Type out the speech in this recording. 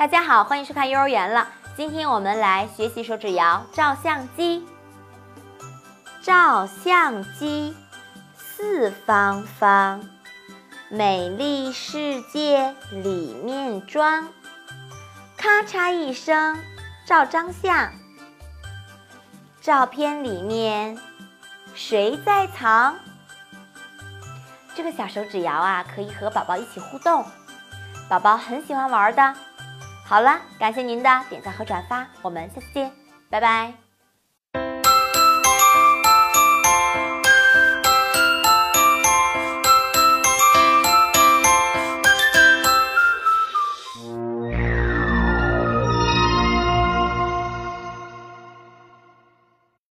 大家好，欢迎收看幼儿园了。今天我们来学习手指谣《照相机》。照相机四方方，美丽世界里面装。咔嚓一声，照张相。照片里面谁在藏？这个小手指谣啊，可以和宝宝一起互动，宝宝很喜欢玩的。好了，感谢您的点赞和转发，我们下次见，拜拜。